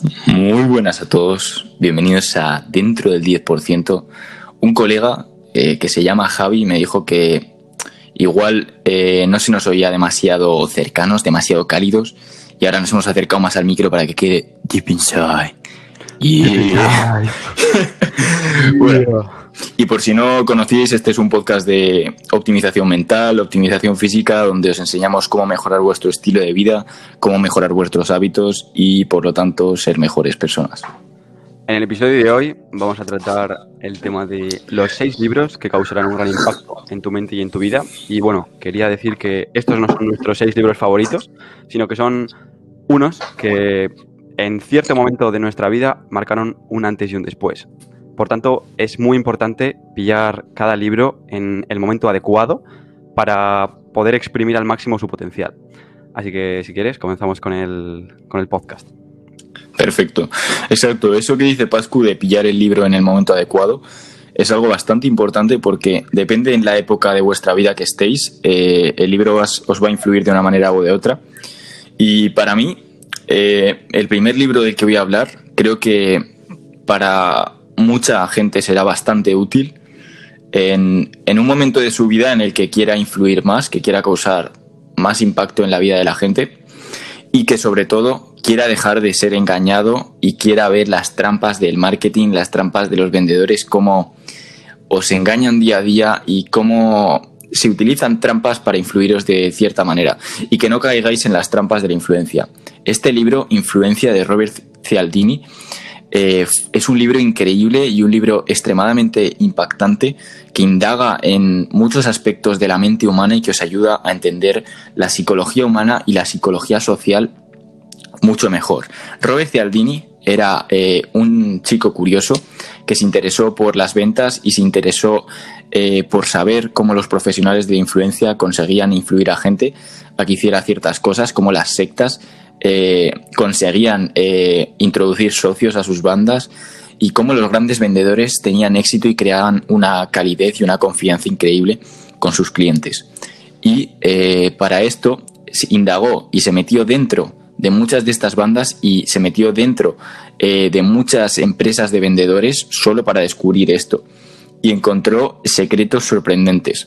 Muy buenas a todos, bienvenidos a Dentro del 10%. Un colega que se llama Javi me dijo que igual no se nos oía demasiado cercanos, demasiado cálidos, y ahora nos hemos acercado más al micro para que quede deep inside. Yeah. Bueno, y por si no conocíais, este es un podcast de optimización mental, optimización física, donde os enseñamos cómo mejorar vuestro estilo de vida, cómo mejorar vuestros hábitos y, por lo tanto, ser mejores personas. En el episodio de hoy vamos a tratar el tema de los 6 libros que causarán un gran impacto en tu mente y en tu vida. Y bueno, quería decir que estos no son nuestros 6 libros favoritos, sino que son unos que en cierto momento de nuestra vida marcaron un antes y un después. Por tanto, es muy importante pillar cada libro en el momento adecuado para poder exprimir al máximo su potencial. Así que, si quieres, comenzamos con el podcast. Perfecto. Exacto. Eso que dice Pascu de pillar el libro en el momento adecuado es algo bastante importante porque depende en la época de vuestra vida que estéis, el libro os va a influir de una manera o de otra. Y para mí, el primer libro del que voy a hablar, creo que para mucha gente será bastante útil en un momento de su vida en el que quiera influir más, que quiera causar más impacto en la vida de la gente y que sobre todo quiera dejar de ser engañado y quiera ver las trampas del marketing, las trampas de los vendedores, cómo os engañan día a día y cómo se utilizan trampas para influiros de cierta manera y que no caigáis en las trampas de la influencia. Este libro, Influencia, de Robert Cialdini, es un libro increíble y un libro extremadamente impactante que indaga en muchos aspectos de la mente humana y que os ayuda a entender la psicología humana y la psicología social mucho mejor. Robert Cialdini era un chico curioso que se interesó por las ventas y se interesó por saber cómo los profesionales de influencia conseguían influir a gente a que hiciera ciertas cosas, como las sectas conseguían introducir socios a sus bandas y cómo los grandes vendedores tenían éxito y creaban una calidez y una confianza increíble con sus clientes. Y para esto se indagó y se metió dentro de muchas de estas bandas y se metió dentro de muchas empresas de vendedores solo para descubrir esto y encontró secretos sorprendentes.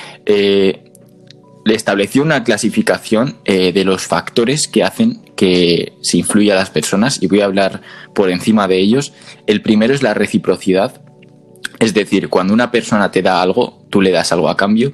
Le estableció una clasificación de los factores que hacen que se influya a las personas y voy a hablar por encima de ellos. El primero es la reciprocidad, es decir, cuando una persona te da algo, tú le das algo a cambio.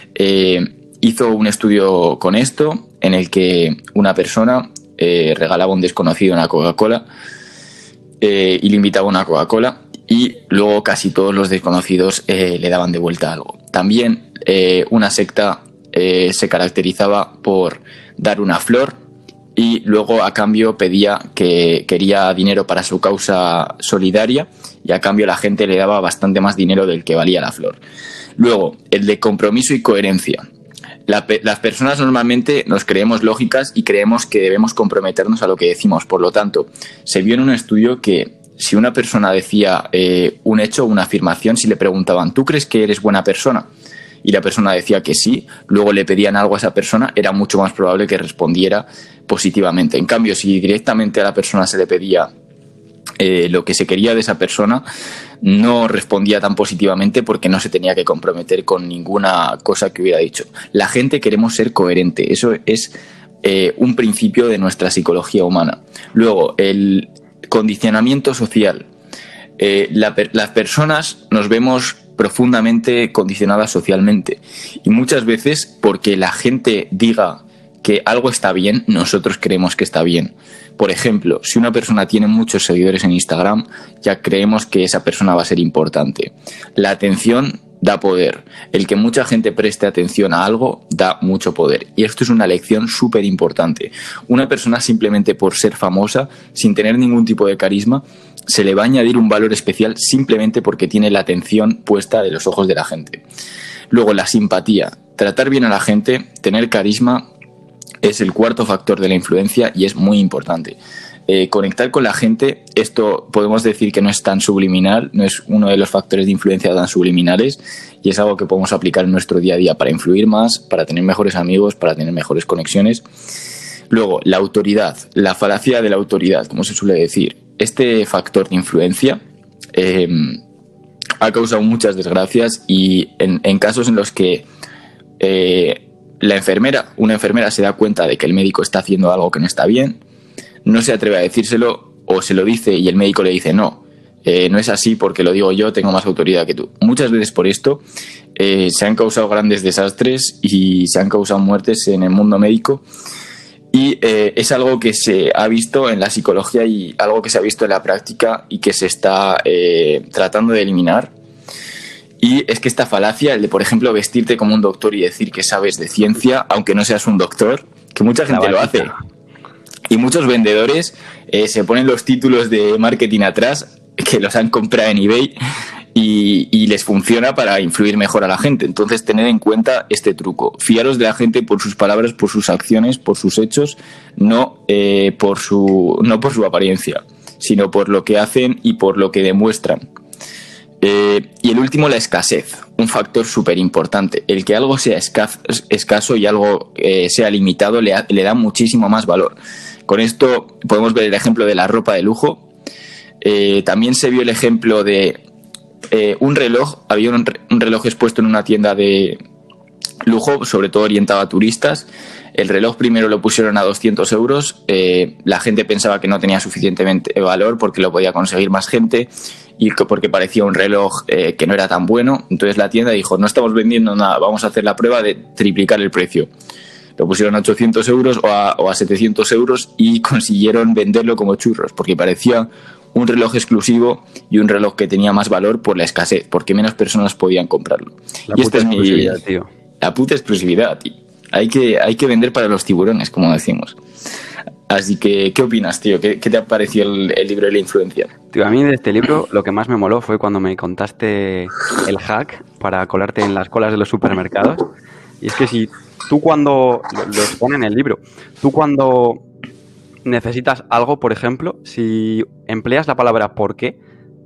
Hizo un estudio con esto en el que una persona regalaba a un desconocido una Coca-Cola y le invitaba una Coca-Cola y luego casi todos los desconocidos le daban de vuelta algo. También una secta se caracterizaba por dar una flor y luego a cambio pedía que quería dinero para su causa solidaria y a cambio la gente le daba bastante más dinero del que valía la flor. Luego, el de compromiso y coherencia. Las personas normalmente nos creemos lógicas y creemos que debemos comprometernos a lo que decimos. Por lo tanto, se vio en un estudio que si una persona decía un hecho o una afirmación, si le preguntaban, ¿tú crees que eres buena persona? Y la persona decía que sí, luego le pedían algo a esa persona, era mucho más probable que respondiera positivamente. En cambio, si directamente a la persona se le pedía lo que se quería de esa persona, no respondía tan positivamente porque no se tenía que comprometer con ninguna cosa que hubiera dicho. La gente queremos ser coherente, eso es un principio de nuestra psicología humana. Luego, el condicionamiento social. Las personas nos vemos profundamente condicionadas socialmente y muchas veces porque la gente diga que algo está bien, nosotros creemos que está bien. Por ejemplo, si una persona tiene muchos seguidores en Instagram, ya creemos que esa persona va a ser importante. La atención da poder. El que mucha gente preste atención a algo da mucho poder. Y esto es una lección súper importante. Una persona simplemente por ser famosa, sin tener ningún tipo de carisma, se le va a añadir un valor especial simplemente porque tiene la atención puesta de los ojos de la gente. Luego, la simpatía. Tratar bien a la gente, tener carisma, es el cuarto factor de la influencia y es muy importante. Conectar con la gente, esto podemos decir que no es tan subliminal, no es uno de los factores de influencia tan subliminales y es algo que podemos aplicar en nuestro día a día para influir más, para tener mejores amigos, para tener mejores conexiones. Luego, la autoridad, la falacia de la autoridad, como se suele decir. Este factor de influencia ha causado muchas desgracias y en casos en los que una enfermera se da cuenta de que el médico está haciendo algo que no está bien, no se atreve a decírselo o se lo dice y el médico le dice no es así porque lo digo yo, tengo más autoridad que tú. Muchas veces por esto se han causado grandes desastres y se han causado muertes en el mundo médico y es algo que se ha visto en la psicología y algo que se ha visto en la práctica y que se está tratando de eliminar. Y es que esta falacia, el de, por ejemplo, vestirte como un doctor y decir que sabes de ciencia, aunque no seas un doctor, que mucha gente lo hace. Y muchos vendedores se ponen los títulos de marketing atrás, que los han comprado en eBay, y les funciona para influir mejor a la gente. Entonces, tened en cuenta este truco. Fiaros de la gente por sus palabras, por sus acciones, por sus hechos, no por su apariencia, sino por lo que hacen y por lo que demuestran. Y el último, la escasez, un factor súper importante. El que algo sea escaso y algo sea limitado le da muchísimo más valor. Con esto podemos ver el ejemplo de la ropa de lujo. También se vio el ejemplo de un reloj. Había un reloj expuesto en una tienda de lujo, sobre todo orientado a turistas. El reloj primero lo pusieron a 200 euros. La gente pensaba que no tenía suficientemente valor porque lo podía conseguir más gente y porque parecía un reloj que no era tan bueno. Entonces la tienda dijo, no estamos vendiendo nada, vamos a hacer la prueba de triplicar el precio. Lo pusieron a 800 euros o a 700 euros y consiguieron venderlo como churros porque parecía un reloj exclusivo y un reloj que tenía más valor por la escasez, porque menos personas podían comprarlo. Y esta es exclusividad, tío. La puta exclusividad, tío. Hay que vender para los tiburones, como decimos. Así que, ¿qué opinas, tío? ¿Qué te ha parecido el libro de la influencia? Tío, a mí de este libro lo que más me moló fue cuando me contaste el hack para colarte en las colas de los supermercados. Y es que si tú cuando, lo expone en el libro, tú cuando necesitas algo, por ejemplo, si empleas la palabra ¿por qué?,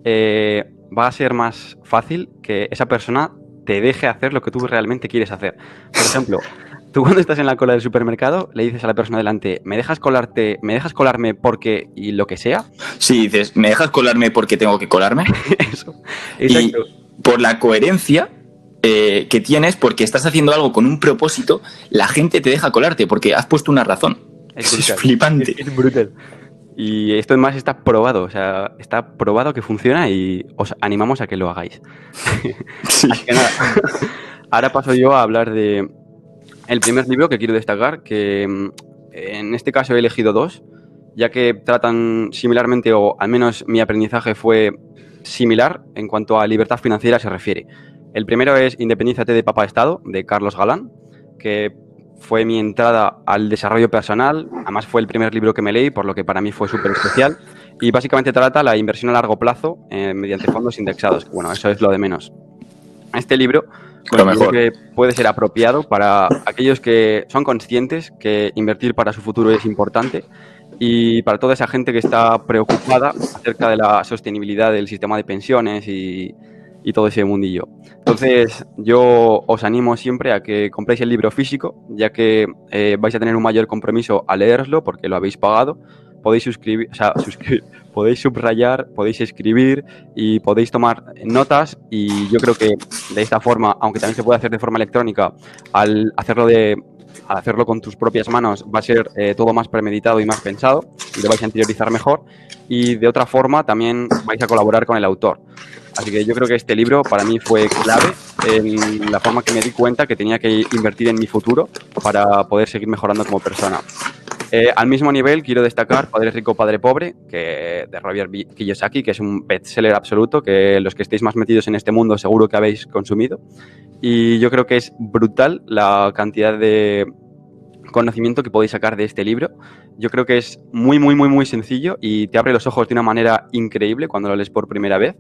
va a ser más fácil que esa persona te deje hacer lo que tú realmente quieres hacer. Por ejemplo, tú cuando estás en la cola del supermercado le dices a la persona delante, ¿me dejas colarme porque y lo que sea? Sí, dices, ¿me dejas colarme porque tengo que colarme? Eso, exacto. Y por la coherencia que tienes, porque estás haciendo algo con un propósito, la gente te deja colarte porque has puesto una razón. Es flipante. Es brutal. Y esto además está probado, o sea, está probado que funciona y os animamos a que lo hagáis. Sí. Así que nada, ahora paso yo a hablar de el primer libro que quiero destacar, que en este caso he elegido dos, ya que tratan similarmente, o al menos mi aprendizaje fue similar en cuanto a libertad financiera se refiere. El primero es Independízate de Papá Estado, de Carlos Galán, que fue mi entrada al desarrollo personal. Además fue el primer libro que me leí, por lo que para mí fue súper especial. Y básicamente trata la inversión a largo plazo mediante fondos indexados. Bueno, eso es lo de menos. Este libro creo que puede ser apropiado para aquellos que son conscientes que invertir para su futuro es importante y para toda esa gente que está preocupada acerca de la sostenibilidad del sistema de pensiones y todo ese mundillo. Entonces, yo os animo siempre a que compréis el libro físico, ya que vais a tener un mayor compromiso al leerlo porque lo habéis pagado. Podéis podéis subrayar, podéis escribir y podéis tomar notas, y yo creo que de esta forma, aunque también se puede hacer de forma electrónica, al hacerlo con tus propias manos va a ser todo más premeditado y más pensado y lo vais a interiorizar mejor, y de otra forma también vais a colaborar con el autor. Así que yo creo que este libro para mí fue clave en la forma que me di cuenta que tenía que invertir en mi futuro para poder seguir mejorando como persona. Al mismo nivel quiero destacar Padre Rico, Padre Pobre, de Robert Kiyosaki, que es un bestseller absoluto que los que estéis más metidos en este mundo seguro que habéis consumido. Y yo creo que es brutal la cantidad de conocimiento que podéis sacar de este libro. Yo creo que es muy, muy, muy, muy sencillo y te abre los ojos de una manera increíble cuando lo lees por primera vez.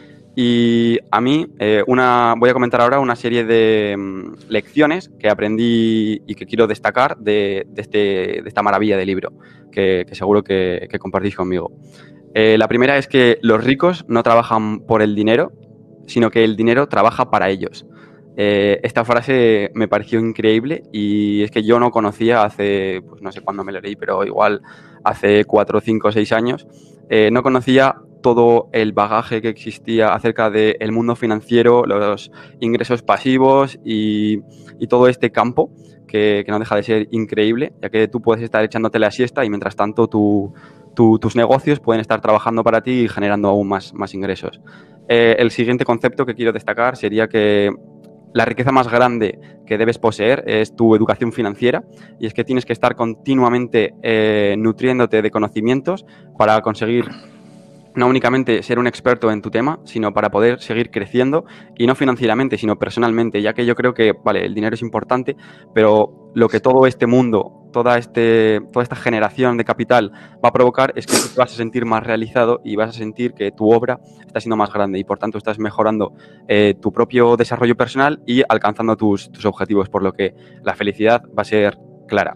Y a mí voy a comentar ahora una serie de lecciones que aprendí y que quiero destacar de esta maravilla de libro, que seguro que compartís conmigo. La primera es que los ricos no trabajan por el dinero, sino que el dinero trabaja para ellos. esta frase me pareció increíble y es que yo no conocía hace, pues no sé cuándo me lo leí, pero igual hace 4, 5, 6 años, no conocía todo el bagaje que existía acerca del mundo financiero, los ingresos pasivos y todo este campo que no deja de ser increíble, ya que tú puedes estar echándote la siesta y mientras tanto tus negocios pueden estar trabajando para ti y generando aún más ingresos. El siguiente concepto que quiero destacar sería que la riqueza más grande que debes poseer es tu educación financiera y es que tienes que estar continuamente nutriéndote de conocimientos para conseguir no únicamente ser un experto en tu tema, sino para poder seguir creciendo y no financieramente, sino personalmente, ya que yo creo que, vale, el dinero es importante, pero lo que todo este mundo, toda esta generación de capital va a provocar es que tú te vas a sentir más realizado y vas a sentir que tu obra está siendo más grande y por tanto estás mejorando tu propio desarrollo personal y alcanzando tus objetivos, por lo que la felicidad va a ser clara.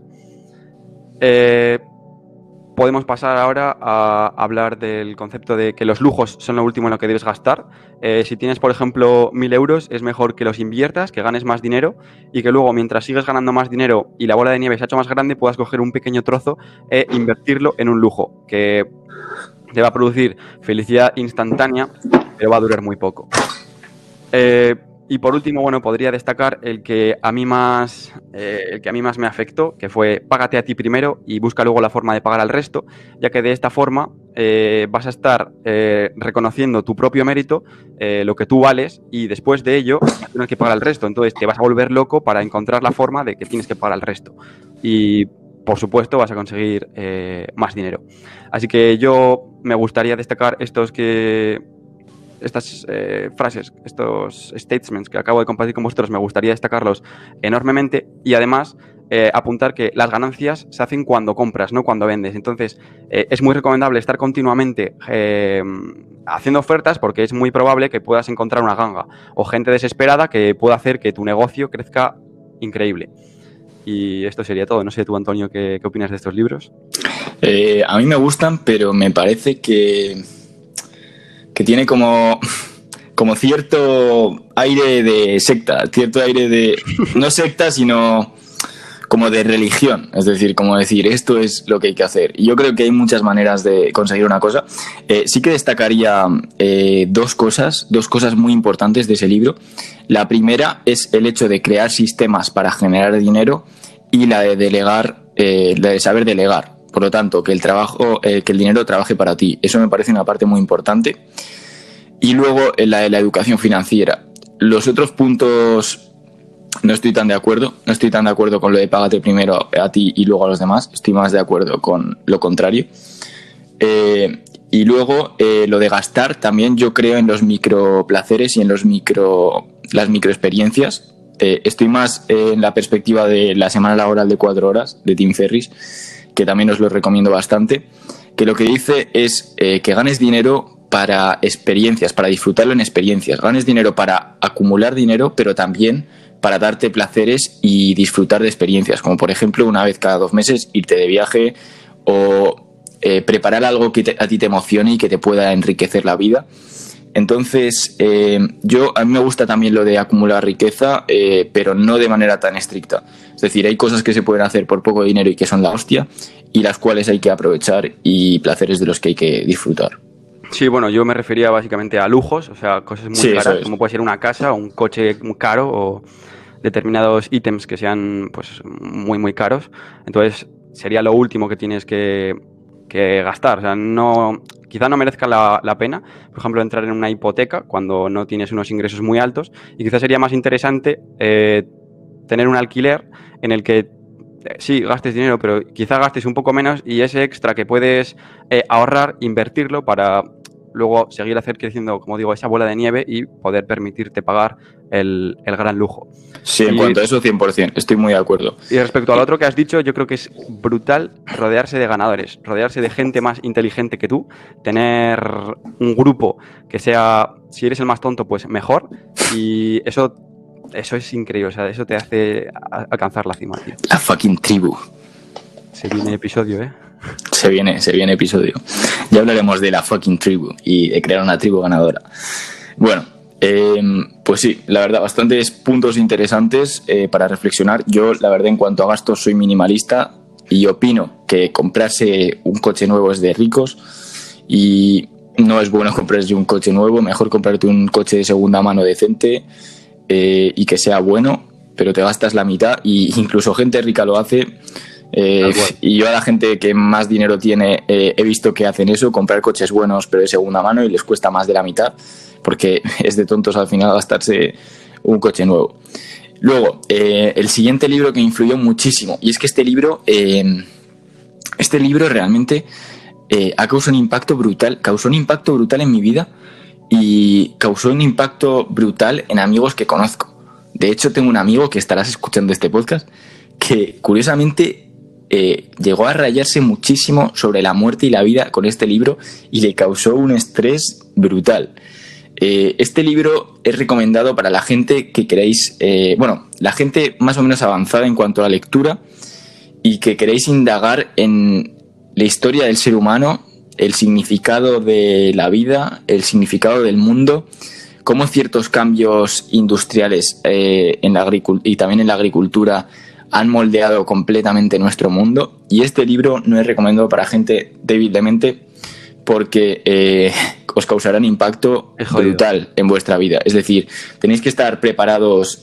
Podemos pasar ahora a hablar del concepto de que los lujos son lo último en lo que debes gastar. Si tienes, por ejemplo, 1.000 euros, es mejor que los inviertas, que ganes más dinero y que luego, mientras sigues ganando más dinero y la bola de nieve se ha hecho más grande, puedas coger un pequeño trozo e invertirlo en un lujo que te va a producir felicidad instantánea, pero va a durar muy poco. Y por último, bueno, podría destacar el que a mí más me afectó, que fue págate a ti primero y busca luego la forma de pagar al resto, ya que de esta forma vas a estar reconociendo tu propio mérito, lo que tú vales, y después de ello tienes que pagar al resto. Entonces te vas a volver loco para encontrar la forma de que tienes que pagar al resto. Y por supuesto vas a conseguir más dinero. Así que yo me gustaría destacar estas frases, estos statements que acabo de compartir con vosotros, me gustaría destacarlos enormemente y además apuntar que las ganancias se hacen cuando compras, no cuando vendes. Entonces es muy recomendable estar continuamente haciendo ofertas porque es muy probable que puedas encontrar una ganga o gente desesperada que pueda hacer que tu negocio crezca increíble. Y esto sería todo. No sé tú, Antonio, ¿qué opinas de estos libros? A mí me gustan, pero me parece que tiene como cierto aire de secta, cierto aire de, no secta, sino como de religión, es decir, como decir, esto es lo que hay que hacer. Y yo creo que hay muchas maneras de conseguir una cosa. Sí que destacaría dos cosas muy importantes de ese libro. La primera es el hecho de crear sistemas para generar dinero y la de delegar, la de saber delegar. Por lo tanto, que el dinero trabaje para ti. Eso me parece una parte muy importante. Y luego la de la educación financiera. Los otros puntos no estoy tan de acuerdo. No estoy tan de acuerdo con lo de págate primero a ti y luego a los demás. Estoy más de acuerdo con lo contrario. Y luego lo de gastar también yo creo en los microplaceres y en las microexperiencias. Estoy más en la perspectiva de la semana laboral de 4 horas de Tim Ferriss, que también os lo recomiendo bastante, que lo que dice es que ganes dinero para experiencias, para disfrutarlo en experiencias. Ganes dinero para acumular dinero, pero también para darte placeres y disfrutar de experiencias, como por ejemplo una vez cada 2 meses irte de viaje o preparar algo que a ti te emocione y que te pueda enriquecer la vida. Entonces, a mí me gusta también lo de acumular riqueza, pero no de manera tan estricta. Es decir, hay cosas que se pueden hacer por poco dinero y que son la hostia, y las cuales hay que aprovechar, y placeres de los que hay que disfrutar. Sí, bueno, yo me refería básicamente a lujos, o sea, cosas muy caras, como puede ser una casa o un coche muy caro o determinados ítems que sean pues muy, muy caros. Entonces, sería lo último que tienes que gastar. O sea, quizá no merezca la pena, por ejemplo, entrar en una hipoteca cuando no tienes unos ingresos muy altos, y quizás sería más interesante tener un alquiler en el que sí gastes dinero, pero quizá gastes un poco menos y ese extra que puedes ahorrar, invertirlo para luego seguir creciendo, como digo, esa bola de nieve y poder permitirte pagar el gran lujo. Sí, en cuanto a eso, 100%, estoy muy de acuerdo. Y respecto al otro que has dicho, yo creo que es brutal rodearse de ganadores, rodearse de gente más inteligente que tú, tener un grupo que sea, si eres el más tonto, pues mejor, y eso es increíble, o sea, eso te hace alcanzar la cima, tío. La fucking tribu. Se viene episodio, ¿eh? Se viene episodio. Ya hablaremos de la fucking tribu y de crear una tribu ganadora. Bueno, Pues sí, la verdad, bastantes puntos interesantes para reflexionar. Yo, la verdad, en cuanto a gastos, soy minimalista y opino que comprarse un coche nuevo es de ricos y no es bueno comprarse un coche nuevo. Mejor comprarte un coche de segunda mano decente y que sea bueno, pero te gastas la mitad, y incluso gente rica lo hace. Y yo a la gente que más dinero tiene he visto que hacen eso, comprar coches buenos pero de segunda mano, y les cuesta más de la mitad, porque es de tontos al final gastarse un coche nuevo. Luego, el siguiente libro que me influyó muchísimo, y es que este libro realmente ha causado un impacto brutal, en mi vida, y causó un impacto brutal en amigos que conozco. De hecho, tengo un amigo que estarás escuchando este podcast que, curiosamente, llegó a rayarse muchísimo sobre la muerte y la vida con este libro y le causó un estrés brutal. Este libro es recomendado para la gente que queréis, la gente más o menos avanzada en cuanto a la lectura y que queréis indagar en la historia del ser humano, el significado de la vida, el significado del mundo, cómo ciertos cambios industriales y también en la agricultura han moldeado completamente nuestro mundo. Y este libro no es recomendado para gente débil de mente, porque os causará un impacto brutal en vuestra vida. Es decir, tenéis que estar preparados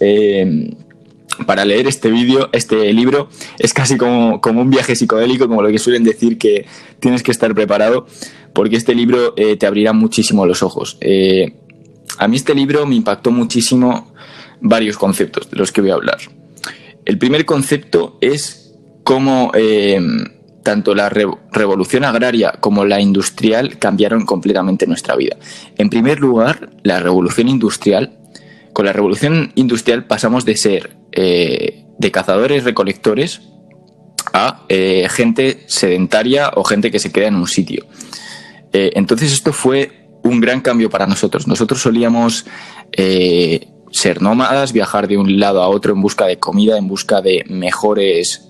para leer este libro. Es casi como un viaje psicodélico, como lo que suelen decir, que tienes que estar preparado, porque este libro te abrirá muchísimo los ojos. A mí este libro me impactó muchísimo varios conceptos de los que voy a hablar. El primer concepto es cómo tanto la revolución agraria como la industrial cambiaron completamente nuestra vida. En primer lugar, la revolución industrial. Con la revolución industrial pasamos de ser de cazadores-recolectores a gente sedentaria o gente que se queda en un sitio. Entonces esto fue un gran cambio para nosotros. Nosotros solíamos ser nómadas, viajar de un lado a otro en busca de comida, en busca de mejores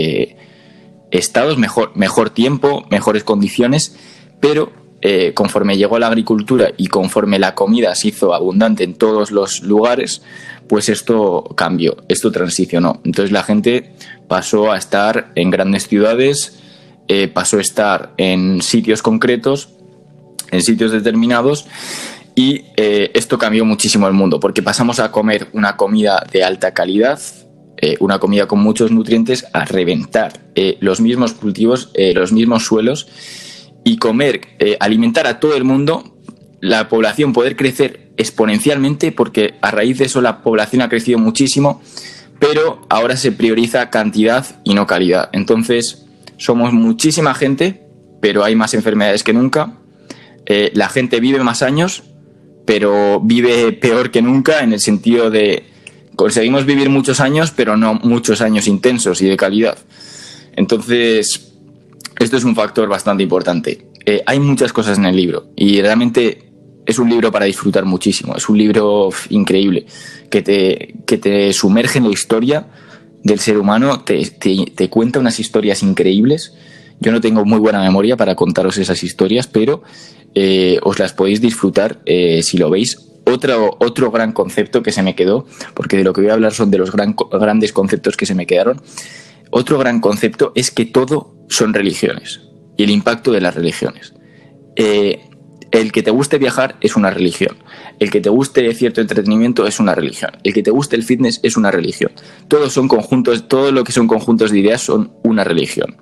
estados, mejor tiempo, mejores condiciones, pero conforme llegó la agricultura y conforme la comida se hizo abundante en todos los lugares, pues esto cambió, esto transicionó. Entonces la gente pasó a estar en grandes ciudades, pasó a estar en sitios concretos, en sitios determinados, y esto cambió muchísimo el mundo, porque pasamos a comer una comida de alta calidad, una comida con muchos nutrientes, a reventar los mismos cultivos, los mismos suelos, y alimentar a todo el mundo, la población poder crecer exponencialmente, porque a raíz de eso la población ha crecido muchísimo, pero ahora se prioriza cantidad y no calidad. Entonces somos muchísima gente, pero hay más enfermedades que nunca. La gente vive más años, pero vive peor que nunca, en el sentido de conseguimos vivir muchos años, pero no muchos años intensos y de calidad. Entonces, esto es un factor bastante importante. Hay muchas cosas en el libro y realmente es un libro para disfrutar muchísimo. Es un libro increíble que te sumerge en la historia del ser humano, te cuenta unas historias increíbles. Yo no tengo muy buena memoria para contaros esas historias, pero os las podéis disfrutar si lo veis. Otro gran concepto que se me quedó, porque de lo que voy a hablar son de los grandes conceptos que se me quedaron. Otro gran concepto es que todo son religiones y el impacto de las religiones. El que te guste viajar es una religión. El que te guste cierto entretenimiento es una religión. El que te guste el fitness es una religión. Todos son conjuntos, todo lo que son conjuntos de ideas son una religión.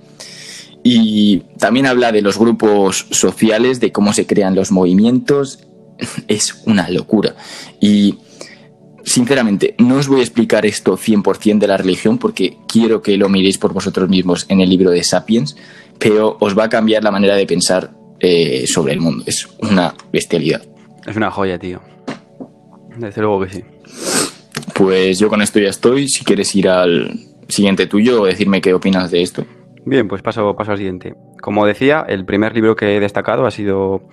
Y también habla de los grupos sociales, de cómo se crean los movimientos. Es una locura. Y sinceramente, no os voy a explicar esto 100% de la religión, porque quiero que lo miréis por vosotros mismos en el libro de Sapiens, pero os va a cambiar la manera de pensar sobre el mundo. Es una bestialidad. Es una joya, tío. Desde luego que sí. Pues yo con esto ya estoy. Si quieres ir al siguiente tuyo o decirme qué opinas de esto. Bien, pues paso al siguiente. Como decía, el primer libro que he destacado ha sido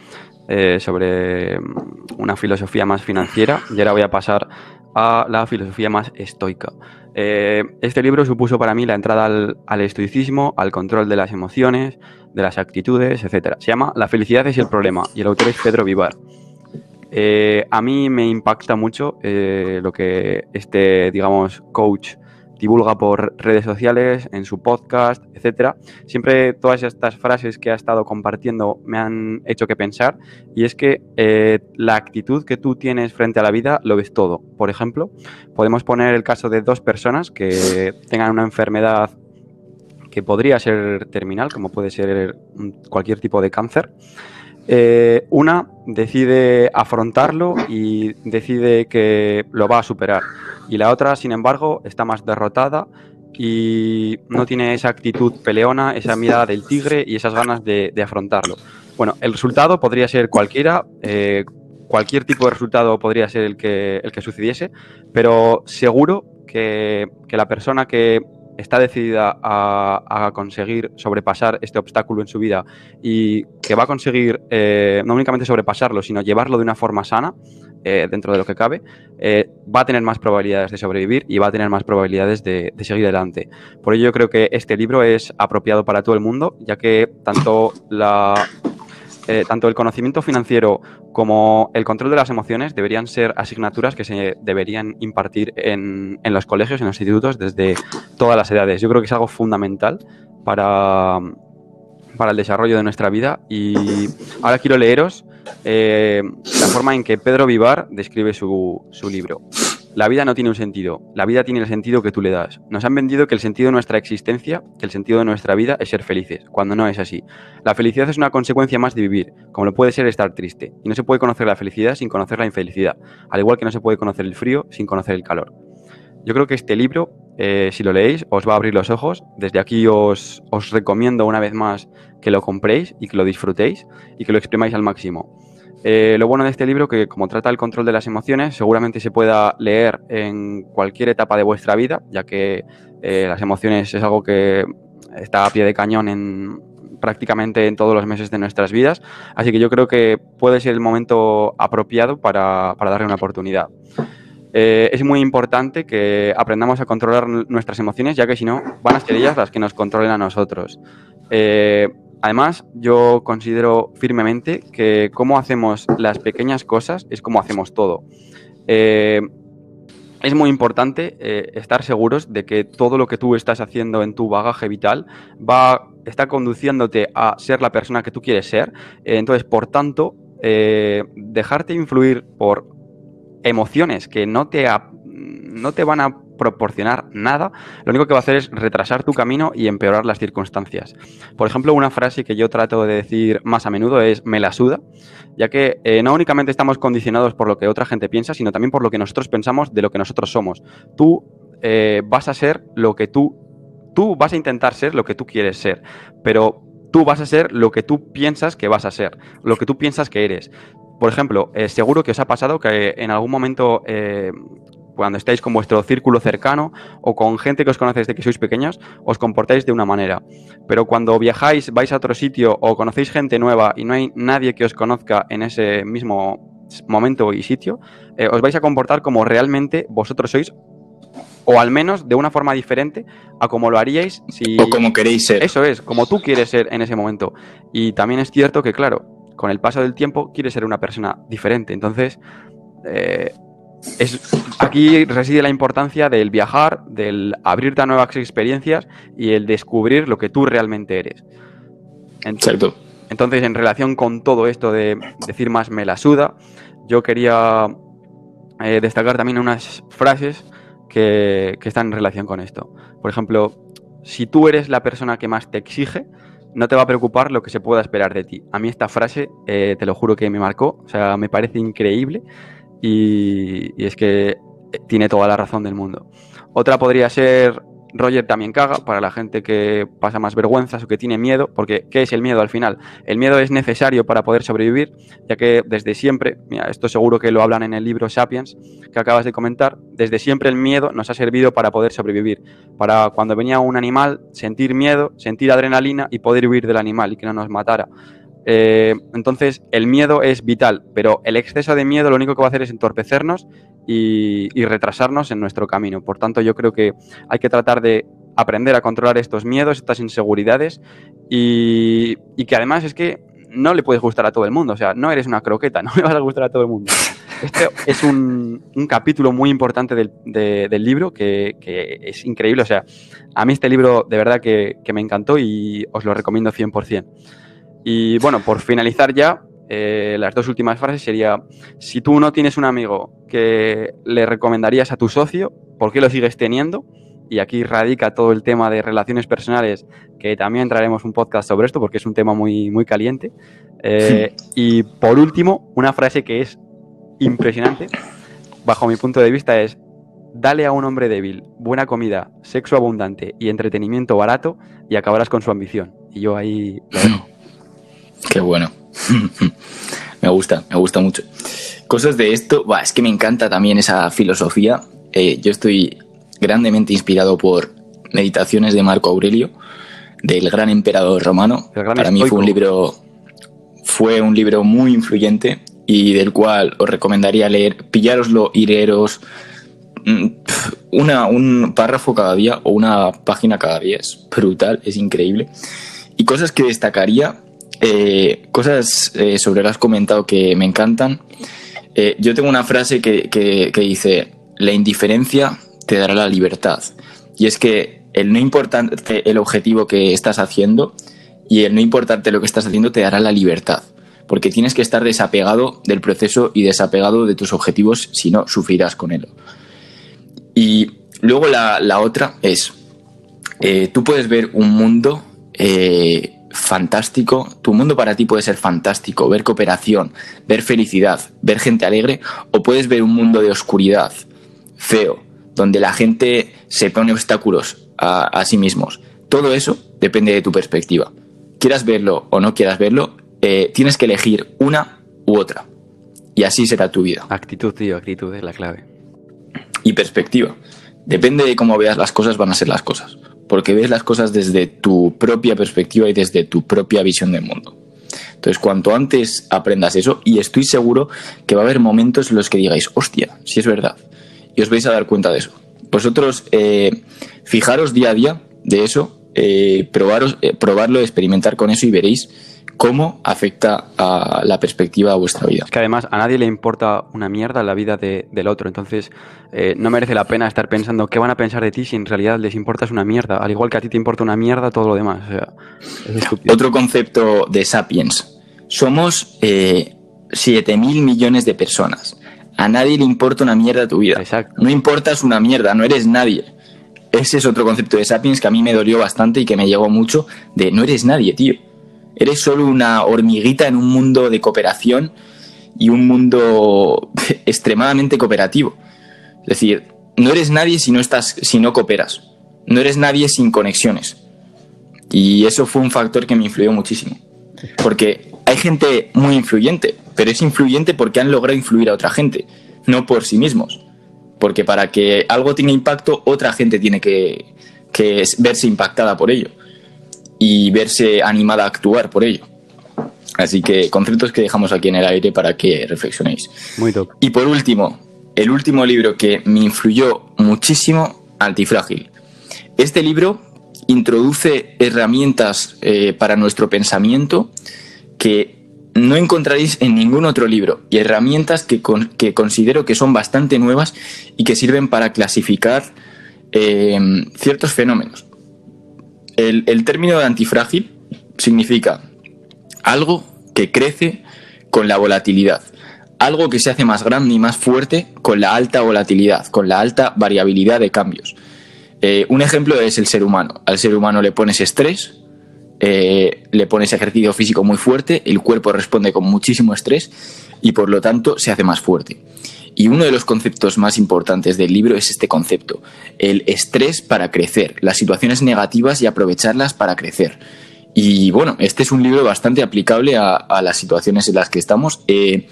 sobre una filosofía más financiera, y ahora voy a pasar a la filosofía más estoica. Este libro supuso para mí la entrada al estoicismo, al control de las emociones, de las actitudes, etc. Se llama La felicidad es el problema, y el autor es Pedro Vivar. A mí me impacta mucho lo que este, digamos, coach divulga por redes sociales, en su podcast, etcétera. Siempre todas estas frases que ha estado compartiendo me han hecho que pensar, y es que la actitud que tú tienes frente a la vida lo ves todo. Por ejemplo, podemos poner el caso de dos personas que tengan una enfermedad que podría ser terminal, como puede ser cualquier tipo de cáncer. Una decide afrontarlo y decide que lo va a superar, y la otra, sin embargo, está más derrotada y no tiene esa actitud peleona, esa mirada del tigre y esas ganas de afrontarlo. Bueno, el resultado podría ser cualquiera, cualquier tipo de resultado podría ser el que sucediese, pero seguro que la persona que está decidida a conseguir sobrepasar este obstáculo en su vida y que va a conseguir no únicamente sobrepasarlo, sino llevarlo de una forma sana, dentro de lo que cabe, va a tener más probabilidades de sobrevivir y va a tener más probabilidades de seguir adelante. Por ello yo creo que este libro es apropiado para todo el mundo, ya que tanto el conocimiento financiero como el control de las emociones deberían ser asignaturas que se deberían impartir en los colegios, en los institutos, desde todas las edades. Yo creo que es algo fundamental para el desarrollo de nuestra vida. Y ahora quiero leeros la forma en que Pedro Vivar describe su libro. La vida no tiene un sentido, la vida tiene el sentido que tú le das. Nos han vendido que el sentido de nuestra existencia, que el sentido de nuestra vida es ser felices, cuando no es así. La felicidad es una consecuencia más de vivir, como lo puede ser estar triste. Y no se puede conocer la felicidad sin conocer la infelicidad, al igual que no se puede conocer el frío sin conocer el calor. Yo creo que este libro, si lo leéis, os va a abrir los ojos. Desde aquí os recomiendo una vez más que lo compréis y que lo disfrutéis y que lo exprimáis al máximo. Lo bueno de este libro, que como trata el control de las emociones, seguramente se pueda leer en cualquier etapa de vuestra vida, ya que las emociones es algo que está a pie de cañón prácticamente en todos los meses de nuestras vidas. Así que yo creo que puede ser el momento apropiado para darle una oportunidad. Es muy importante que aprendamos a controlar nuestras emociones, ya que si no, van a ser ellas las que nos controlen a nosotros. Además, yo considero firmemente que cómo hacemos las pequeñas cosas es como hacemos todo. Es muy importante estar seguros de que todo lo que tú estás haciendo en tu bagaje vital está conduciéndote a ser la persona que tú quieres ser. Entonces, por tanto, dejarte influir por emociones que no te van a proporcionar nada, lo único que va a hacer es retrasar tu camino y empeorar las circunstancias. Por ejemplo, una frase que yo trato de decir más a menudo es "me la suda", ya que no únicamente estamos condicionados por lo que otra gente piensa, sino también por lo que nosotros pensamos de lo que nosotros somos. Tú vas a ser lo que tú vas a intentar ser lo que tú quieres ser, pero tú vas a ser lo que tú piensas que vas a ser, lo que tú piensas que eres. Por ejemplo, seguro que os ha pasado que en algún momento, cuando estáis con vuestro círculo cercano o con gente que os conoce desde que sois pequeños, os comportáis de una manera. Pero cuando viajáis, vais a otro sitio o conocéis gente nueva y no hay nadie que os conozca en ese mismo momento y sitio, os vais a comportar como realmente vosotros sois, o al menos de una forma diferente a como lo haríais si... O como queréis ser. Eso es, como tú quieres ser en ese momento. Y también es cierto que, claro, con el paso del tiempo quieres ser una persona diferente. Entonces, aquí reside la importancia del viajar, del abrirte a nuevas experiencias y el descubrir lo que tú realmente eres. Exacto. Entonces, en relación con todo esto de decir más me la suda, yo quería destacar también unas frases que están en relación con esto. Por ejemplo, si tú eres la persona que más te exige, no te va a preocupar lo que se pueda esperar de ti. A mí esta frase, te lo juro que me marcó, o sea, me parece increíble y es que tiene toda la razón del mundo. Otra podría ser Roger también caga, para la gente que pasa más vergüenzas o que tiene miedo, porque ¿qué es el miedo al final? El miedo es necesario para poder sobrevivir, ya que desde siempre, mira, esto seguro que lo hablan en el libro Sapiens, que acabas de comentar, desde siempre el miedo nos ha servido para poder sobrevivir, para cuando venía un animal, sentir miedo, sentir adrenalina y poder huir del animal y que no nos matara. Entonces el miedo es vital, pero el exceso de miedo lo único que va a hacer es entorpecernos y retrasarnos en nuestro camino. Por tanto, yo creo que hay que tratar de aprender a controlar estos miedos, estas inseguridades y que además es que no le puedes gustar a todo el mundo. O sea, no eres una croqueta, no le vas a gustar a todo el mundo. Este es un capítulo muy importante del libro que es increíble. O sea, a mí este libro de verdad que me encantó y os lo recomiendo 100%. Y bueno, por finalizar ya, las dos últimas frases sería: si tú no tienes un amigo que le recomendarías a tu socio, ¿por qué lo sigues teniendo? Y aquí radica todo el tema de relaciones personales, que también traeremos un podcast sobre esto porque es un tema muy, muy caliente. Y por último, una frase que es impresionante, bajo mi punto de vista, es: dale a un hombre débil buena comida, sexo abundante y entretenimiento barato y acabarás con su ambición. Y yo ahí lo dejo. Qué bueno. Me gusta mucho. Cosas de esto, es que me encanta también esa filosofía. Yo estoy grandemente inspirado por Meditaciones de Marco Aurelio, del gran emperador romano. Para mí fue un libro muy influyente y del cual os recomendaría leer, pillároslo y leeros un párrafo cada día o una página cada día. Es brutal, es increíble. Y cosas que destacaría, cosas sobre las que has comentado que me encantan. Yo tengo una frase que dice: la indiferencia te dará la libertad. Y es que el no importarte el objetivo que estás haciendo y el no importarte lo que estás haciendo te dará la libertad. Porque tienes que estar desapegado del proceso y desapegado de tus objetivos, si no, sufrirás con él. Y luego la otra es, tú puedes ver un mundo fantástico, tu mundo para ti puede ser fantástico, ver cooperación, ver felicidad, ver gente alegre, o puedes ver un mundo de oscuridad, feo, donde la gente se pone obstáculos a sí mismos. Todo eso depende de tu perspectiva. Quieras verlo o no quieras verlo, tienes que elegir una u otra. Y así será tu vida. Actitud, tío, actitud es la clave. Y perspectiva. Depende de cómo veas las cosas, van a ser las cosas. Porque ves las cosas desde tu propia perspectiva y desde tu propia visión del mundo. Entonces, cuanto antes aprendas eso, y estoy seguro que va a haber momentos en los que digáis: hostia, sí es verdad. Y os vais a dar cuenta de eso. Vosotros fijaros día a día de eso, probarlo, experimentar con eso y veréis cómo afecta a la perspectiva a vuestra vida. Es que además a nadie le importa una mierda la vida del otro, entonces no merece la pena estar pensando qué van a pensar de ti si en realidad les importas una mierda, al igual que a ti te importa una mierda todo lo demás. O sea, es estúpido. Otro concepto de Sapiens: somos 7.000 millones de personas. A nadie le importa una mierda tu vida. Exacto. No importas una mierda, no eres nadie. Ese es otro concepto de Sapiens que a mí me dolió bastante y que me llegó mucho, de no eres nadie, tío. Eres solo una hormiguita en un mundo de cooperación y un mundo extremadamente cooperativo. Es decir, no eres nadie si no cooperas. No eres nadie sin conexiones. Y eso fue un factor que me influyó muchísimo. Porque hay gente muy influyente, pero es influyente porque han logrado influir a otra gente, no por sí mismos. Porque para que algo tenga impacto, otra gente tiene que verse impactada por ello y verse animada a actuar por ello. Así que conceptos que dejamos aquí en el aire para que reflexionéis. Muy top. Y por último, el último libro que me influyó muchísimo, Antifrágil. Este libro introduce herramientas para nuestro pensamiento que no encontraréis en ningún otro libro, y herramientas que considero que son bastante nuevas y que sirven para clasificar ciertos fenómenos. El término de antifrágil significa algo que crece con la volatilidad, algo que se hace más grande y más fuerte con la alta volatilidad, con la alta variabilidad de cambios. Un ejemplo es el ser humano. Al ser humano le pones estrés, le pones ejercicio físico muy fuerte, el cuerpo responde con muchísimo estrés y por lo tanto se hace más fuerte. Y uno de los conceptos más importantes del libro es este concepto: el estrés para crecer, las situaciones negativas y aprovecharlas para crecer. Y bueno, este es un libro bastante aplicable a las situaciones en las que estamos.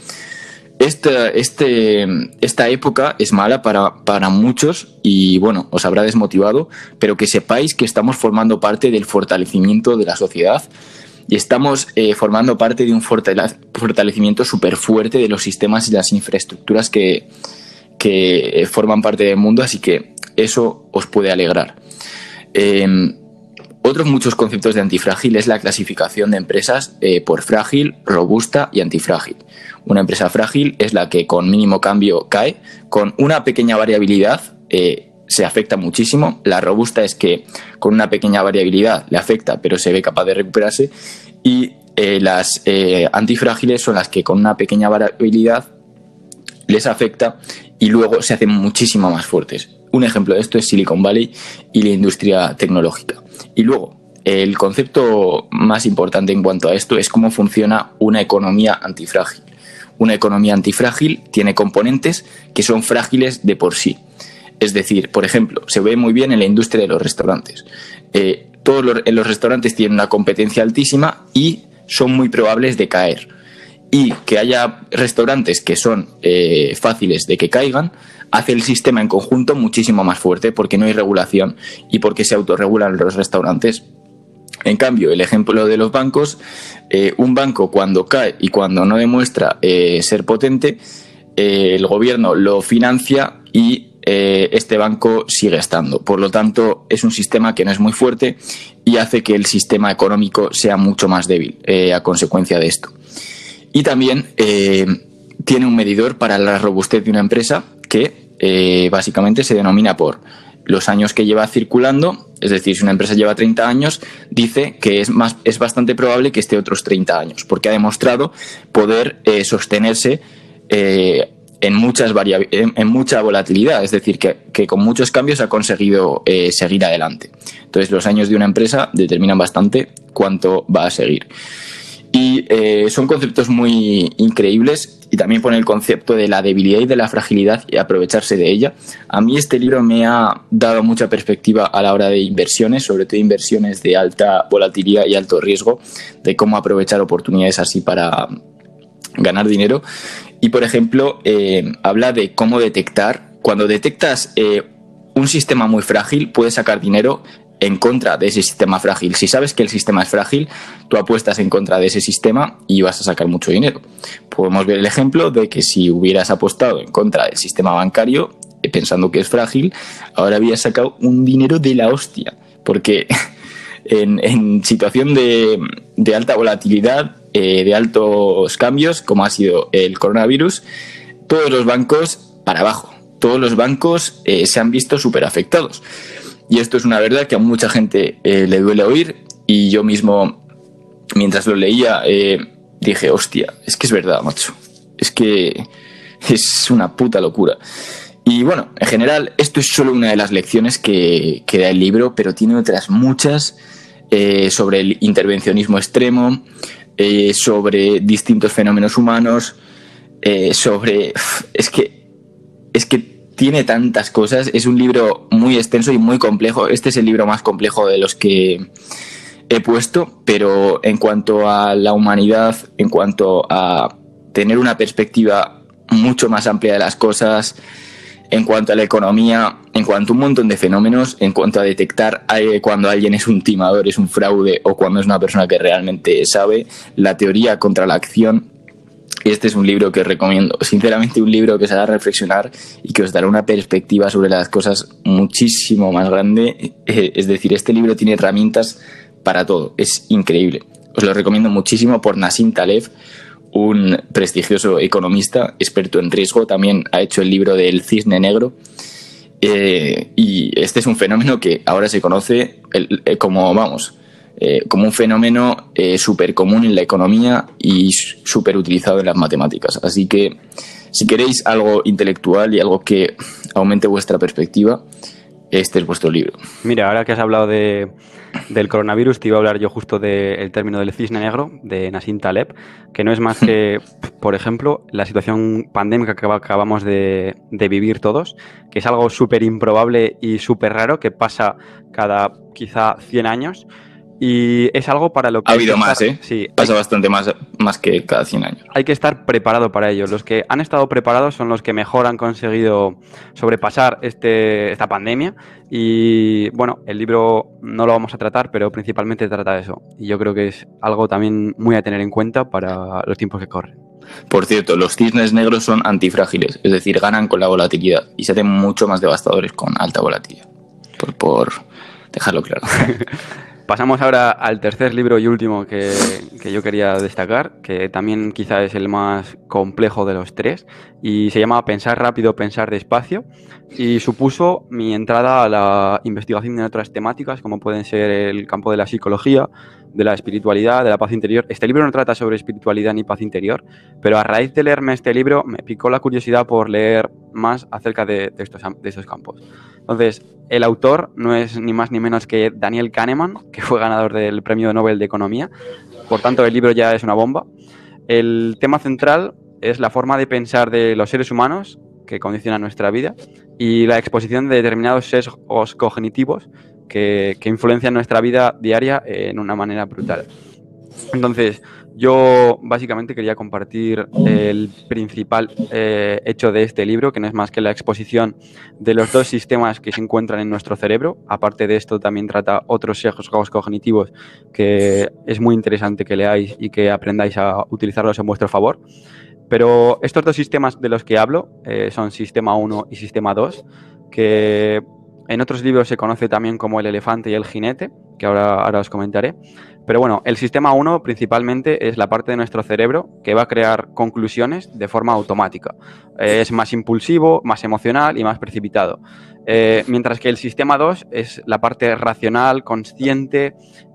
Esta época es mala para muchos y bueno, os habrá desmotivado, pero que sepáis que estamos formando parte del fortalecimiento de la sociedad y estamos formando parte de un fortalecimiento súper fuerte de los sistemas y las infraestructuras que forman parte del mundo, así que eso os puede alegrar. Otros muchos conceptos de antifrágil es la clasificación de empresas por frágil, robusta y antifrágil. Una empresa frágil es la que con mínimo cambio cae, con una pequeña variabilidad se afecta muchísimo. La robusta es que con una pequeña variabilidad le afecta, pero se ve capaz de recuperarse. Y las antifrágiles son las que con una pequeña variabilidad les afecta y luego se hacen muchísimo más fuertes. Un ejemplo de esto es Silicon Valley y la industria tecnológica. Y luego, el concepto más importante en cuanto a esto es cómo funciona una economía antifrágil. Una economía antifrágil tiene componentes que son frágiles de por sí. Es decir, por ejemplo, se ve muy bien en la industria de los restaurantes. En los restaurantes tienen una competencia altísima y son muy probables de caer. Y que haya restaurantes que son fáciles de que caigan hace el sistema en conjunto muchísimo más fuerte porque no hay regulación y porque se autorregulan los restaurantes. En cambio, el ejemplo de los bancos, un banco cuando cae y cuando no demuestra ser potente, el gobierno lo financia y este banco sigue estando. Por lo tanto, es un sistema que no es muy fuerte y hace que el sistema económico sea mucho más débil a consecuencia de esto. Y también tiene un medidor para la robustez de una empresa que básicamente se denomina por los años que lleva circulando. Es decir, si una empresa lleva 30 años, dice que es bastante probable que esté otros 30 años, porque ha demostrado poder sostenerse en mucha volatilidad. Es decir, que con muchos cambios ha conseguido seguir adelante. Entonces, los años de una empresa determinan bastante cuánto va a seguir. Y son conceptos muy increíbles y también pone el concepto de la debilidad y de la fragilidad y aprovecharse de ella. A mí este libro me ha dado mucha perspectiva a la hora de inversiones, sobre todo inversiones de alta volatilidad y alto riesgo, de cómo aprovechar oportunidades así para ganar dinero. Y, por ejemplo, habla de cómo detectar. Cuando detectas un sistema muy frágil, puedes sacar dinero en contra de ese sistema frágil. Si sabes que el sistema es frágil, tú apuestas en contra de ese sistema y vas a sacar mucho dinero. Podemos ver el ejemplo de que si hubieras apostado en contra del sistema bancario, pensando que es frágil, ahora habías sacado un dinero de la hostia. Porque en situación de alta volatilidad, de altos cambios, como ha sido el coronavirus, todos los bancos para abajo. Todos los bancos se han visto súper afectados. Y esto es una verdad que a mucha gente le duele oír, y yo mismo, mientras lo leía, dije, hostia, es que es verdad, macho. Es que es una puta locura. Y bueno, en general, esto es solo una de las lecciones que da el libro, pero tiene otras muchas sobre el intervencionismo extremo, sobre distintos fenómenos humanos, sobre... Es que tiene tantas cosas. Es un libro muy extenso y muy complejo. Este es el libro más complejo de los que he puesto, pero en cuanto a la humanidad, en cuanto a tener una perspectiva mucho más amplia de las cosas, en cuanto a la economía, en cuanto a un montón de fenómenos, en cuanto a detectar cuando alguien es un timador, es un fraude, o cuando es una persona que realmente sabe, la teoría contra la acción. Este es un libro que os recomiendo, sinceramente, un libro que os hará reflexionar y que os dará una perspectiva sobre las cosas muchísimo más grande. Es decir, este libro tiene herramientas para todo, es increíble. Os lo recomiendo muchísimo, por Nassim Taleb, un prestigioso economista, experto en riesgo. También ha hecho el libro del cisne negro. Y este es un fenómeno que ahora se conoce como un fenómeno súper común en la economía y súper utilizado en las matemáticas. Así que, si queréis algo intelectual y algo que aumente vuestra perspectiva, este es vuestro libro. Mira, ahora que has hablado del coronavirus, te iba a hablar yo justo del término del cisne negro, de Nassim Taleb, que no es más que, por ejemplo, la situación pandémica que acabamos de vivir todos, que es algo súper improbable y súper raro, que pasa cada quizá 100 años. Y es algo para lo que... Ha habido más, ¿eh? Sí, pasa bastante más que cada 100 años. Hay que estar preparado para ello. Los que han estado preparados son los que mejor han conseguido sobrepasar esta pandemia. Y bueno, el libro no lo vamos a tratar, pero principalmente trata de eso. Y yo creo que es algo también muy a tener en cuenta para los tiempos que corren. Por cierto, los cisnes negros son antifrágiles, es decir, ganan con la volatilidad y se hacen mucho más devastadores con alta volatilidad. Por dejarlo claro. Pasamos ahora al tercer libro y último que yo quería destacar, que también quizá es el más complejo de los tres, y se llama Pensar rápido, pensar despacio, y supuso mi entrada a la investigación de otras temáticas, como pueden ser el campo de la psicología, de la espiritualidad, de la paz interior. Este libro no trata sobre espiritualidad ni paz interior, pero a raíz de leerme este libro me picó la curiosidad por leer más acerca de estos campos. Entonces, el autor no es ni más ni menos que Daniel Kahneman, que fue ganador del Premio Nobel de Economía. Por tanto, el libro ya es una bomba. El tema central es la forma de pensar de los seres humanos que condiciona nuestra vida y la exposición de determinados sesgos cognitivos que influencian nuestra vida diaria en una manera brutal. Entonces, yo básicamente quería compartir el principal hecho de este libro, que no es más que la exposición de los dos sistemas que se encuentran en nuestro cerebro. Aparte de esto, también trata otros sesgos cognitivos que es muy interesante que leáis y que aprendáis a utilizarlos en vuestro favor. Pero estos dos sistemas de los que hablo son Sistema 1 y Sistema 2, que en otros libros se conoce también como el elefante y el jinete, que ahora os comentaré. Pero bueno, el Sistema 1 principalmente es la parte de nuestro cerebro que va a crear conclusiones de forma automática. Es más impulsivo, más emocional y más precipitado. Mientras que el Sistema 2 es la parte racional, consciente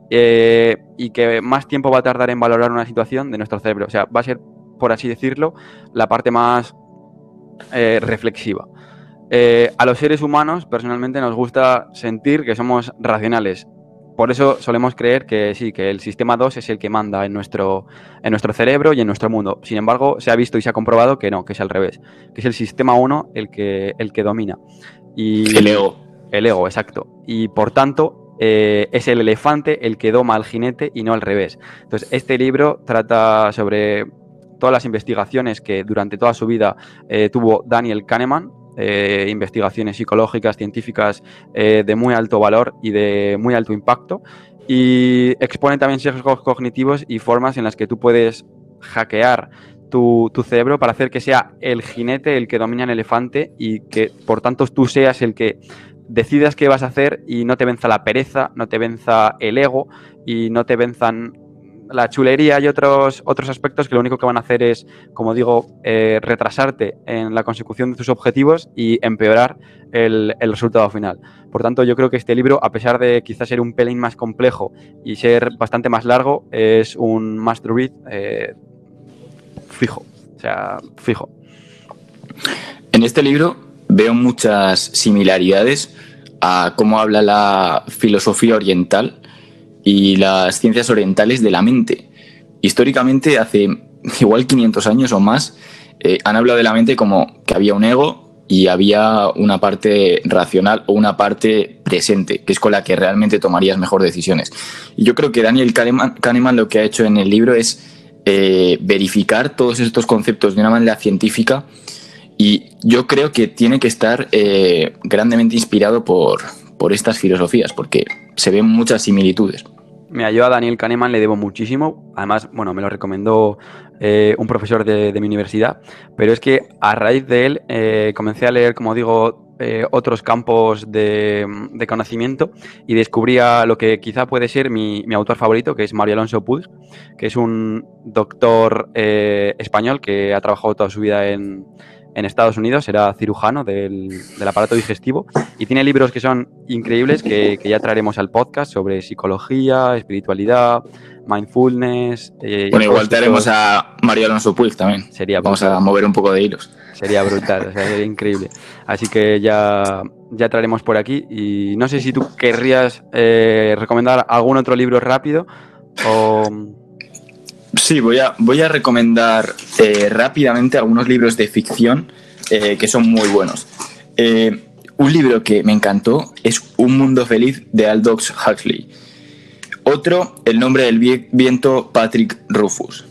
y que más tiempo va a tardar en valorar una situación de nuestro cerebro. O sea, va a ser, por así decirlo, la parte más reflexiva. A los seres humanos, personalmente, nos gusta sentir que somos racionales. Por eso solemos creer que sí, que el Sistema 2 es el que manda en nuestro cerebro y en nuestro mundo. Sin embargo, se ha visto y se ha comprobado que no, que es al revés. Que es el Sistema 1 el que domina. Y el ego. El ego, exacto. Y por tanto, es el elefante el que doma al jinete y no al revés. Entonces, este libro trata sobre todas las investigaciones que durante toda su vida tuvo Daniel Kahneman, investigaciones psicológicas, científicas de muy alto valor y de muy alto impacto, y expone también sesgos cognitivos y formas en las que tú puedes hackear tu cerebro para hacer que sea el jinete el que domina el elefante y que por tanto tú seas el que decidas qué vas a hacer y no te venza la pereza, no te venza el ego y no te venzan la chulería y otros aspectos que lo único que van a hacer es, como digo, retrasarte en la consecución de tus objetivos y empeorar el resultado final. Por tanto, yo creo que este libro, a pesar de quizás ser un pelín más complejo y ser bastante más largo, es un must read fijo. O sea, fijo. En este libro veo muchas similaridades a cómo habla la filosofía oriental y las ciencias orientales de la mente. Históricamente, hace igual 500 años o más, han hablado de la mente como que había un ego y había una parte racional o una parte presente, que es con la que realmente tomarías mejor decisiones. Y yo creo que Daniel Kahneman lo que ha hecho en el libro es verificar todos estos conceptos de una manera científica, y yo creo que tiene que estar grandemente inspirado por estas filosofías, porque se ven muchas similitudes. Mira, yo a Daniel Kahneman le debo muchísimo. Además, bueno, me lo recomendó un profesor de mi universidad. Pero es que a raíz de él comencé a leer, como digo, otros campos de conocimiento y descubría lo que quizá puede ser mi autor favorito, que es Mario Alonso Puig, que es un doctor español que ha trabajado toda su vida en Estados Unidos, era cirujano del aparato digestivo y tiene libros que son increíbles que ya traeremos al podcast sobre psicología, espiritualidad, mindfulness. Bueno, igual traeremos a Mario Alonso Puig también. Vamos a mover un poco de hilos. Sería brutal, o sea, sería increíble. Así que ya traeremos por aquí y no sé si tú querrías recomendar algún otro libro rápido o... Sí, voy a recomendar rápidamente algunos libros de ficción que son muy buenos. Un libro que me encantó es Un mundo feliz, de Aldous Huxley. Otro, El nombre del viento, Patrick Rothfuss.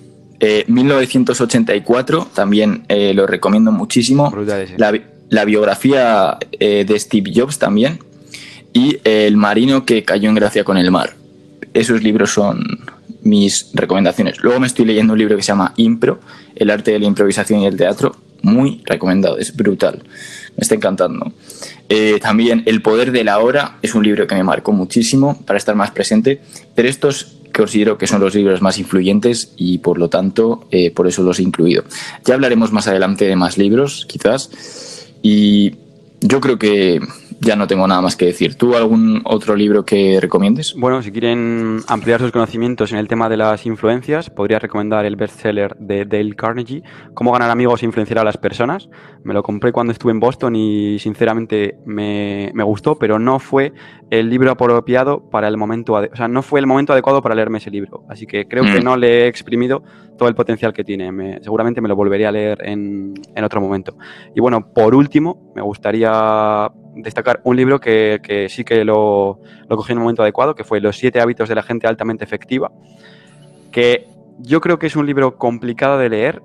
1984, también lo recomiendo muchísimo. La biografía de Steve Jobs también. Y El marino que cayó en gracia con el mar. Esos libros son mis recomendaciones. Luego me estoy leyendo un libro que se llama Impro, el arte de la improvisación y el teatro. muy recomendado, es brutal, me está encantando. También El poder de la hora es un libro que me marcó muchísimo para estar más presente, pero estos considero que son los libros más influyentes y por lo tanto por eso los he incluido. Ya hablaremos más adelante de más libros, quizás, y yo creo que ya no tengo nada más que decir. ¿Tú algún otro libro que recomiendes? Bueno, si quieren ampliar sus conocimientos en el tema de las influencias, podría recomendar el bestseller de Dale Carnegie, Cómo ganar amigos e influenciar a las personas. Me lo compré cuando estuve en Boston y sinceramente me gustó, pero no fue el libro apropiado para el momento, o sea, no fue el momento adecuado para leerme ese libro. Así que creo que no le he exprimido todo el potencial que tiene. Seguramente me lo volveré a leer en otro momento. Y bueno, por último, me gustaría destacar un libro que sí que lo cogí en el momento adecuado, que fue Los 7 hábitos de la gente altamente efectiva, que yo creo que es un libro complicado de leer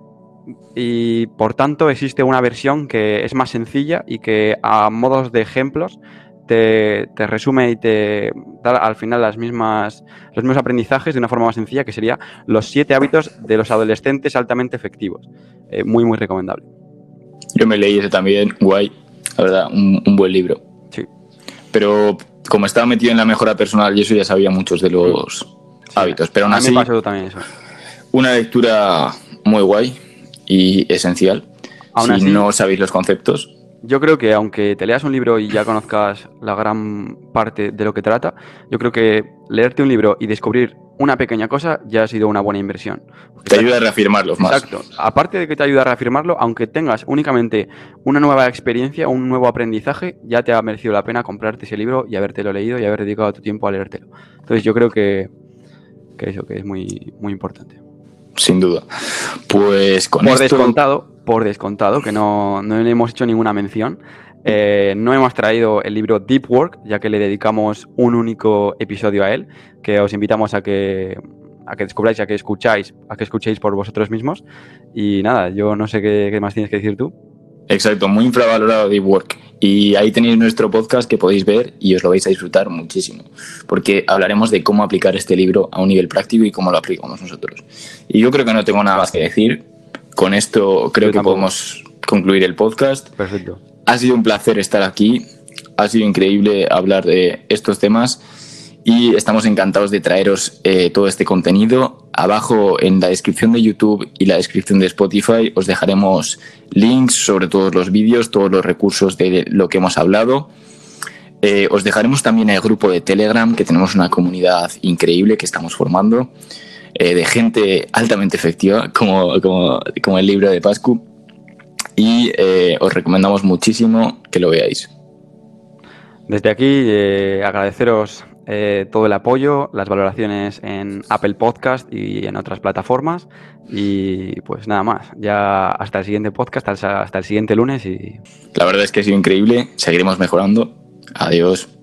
y por tanto existe una versión que es más sencilla y que a modos de ejemplos te resume y te da al final los mismos aprendizajes de una forma más sencilla, que sería Los 7 hábitos de los adolescentes altamente efectivos. Muy, muy recomendable. Yo me leí ese también, guay, la verdad, un buen libro. Sí. Pero como estaba metido en la mejora personal y eso, ya sabía muchos de los hábitos. Pero aún así, me pasó también eso. Una lectura muy guay y esencial. Aún si así, no sabéis los conceptos. Yo creo que aunque te leas un libro y ya conozcas la gran parte de lo que trata, yo creo que leerte un libro y descubrir una pequeña cosa ya ha sido una buena inversión. Te ayuda a reafirmarlos más. Exacto. Aparte de que te ayuda a reafirmarlo, aunque tengas únicamente una nueva experiencia, un nuevo aprendizaje, ya te ha merecido la pena comprarte ese libro y habértelo leído y haber dedicado tu tiempo a leértelo. Entonces yo creo que eso que es muy, muy importante. Sin duda. Pues con Por descontado, que no le hemos hecho ninguna mención, no hemos traído el libro Deep Work, ya que le dedicamos un único episodio a él, que os invitamos a que descubráis, a que escuchéis por vosotros mismos. Y nada, yo no sé qué más tienes que decir tú. Exacto, muy infravalorado Deep Work. Y ahí tenéis nuestro podcast que podéis ver y os lo vais a disfrutar muchísimo, porque hablaremos de cómo aplicar este libro a un nivel práctico y cómo lo aplicamos nosotros. Y yo creo que no tengo nada más que decir. Con esto creo que podemos concluir el podcast. Perfecto. Ha sido un placer estar aquí, ha sido increíble hablar de estos temas y estamos encantados de traeros todo este contenido. Abajo en la descripción de YouTube y la descripción de Spotify os dejaremos links sobre todos los vídeos, todos los recursos de lo que hemos hablado. Os dejaremos también el grupo de Telegram, que tenemos una comunidad increíble que estamos formando, de gente altamente efectiva, como el libro de Pascu. Y os recomendamos muchísimo que lo veáis. Desde aquí agradeceros todo el apoyo, las valoraciones en Apple Podcast y en otras plataformas. Y pues nada más, ya hasta el siguiente podcast, hasta el siguiente lunes. Y la verdad es que ha sido increíble, seguiremos mejorando. Adiós.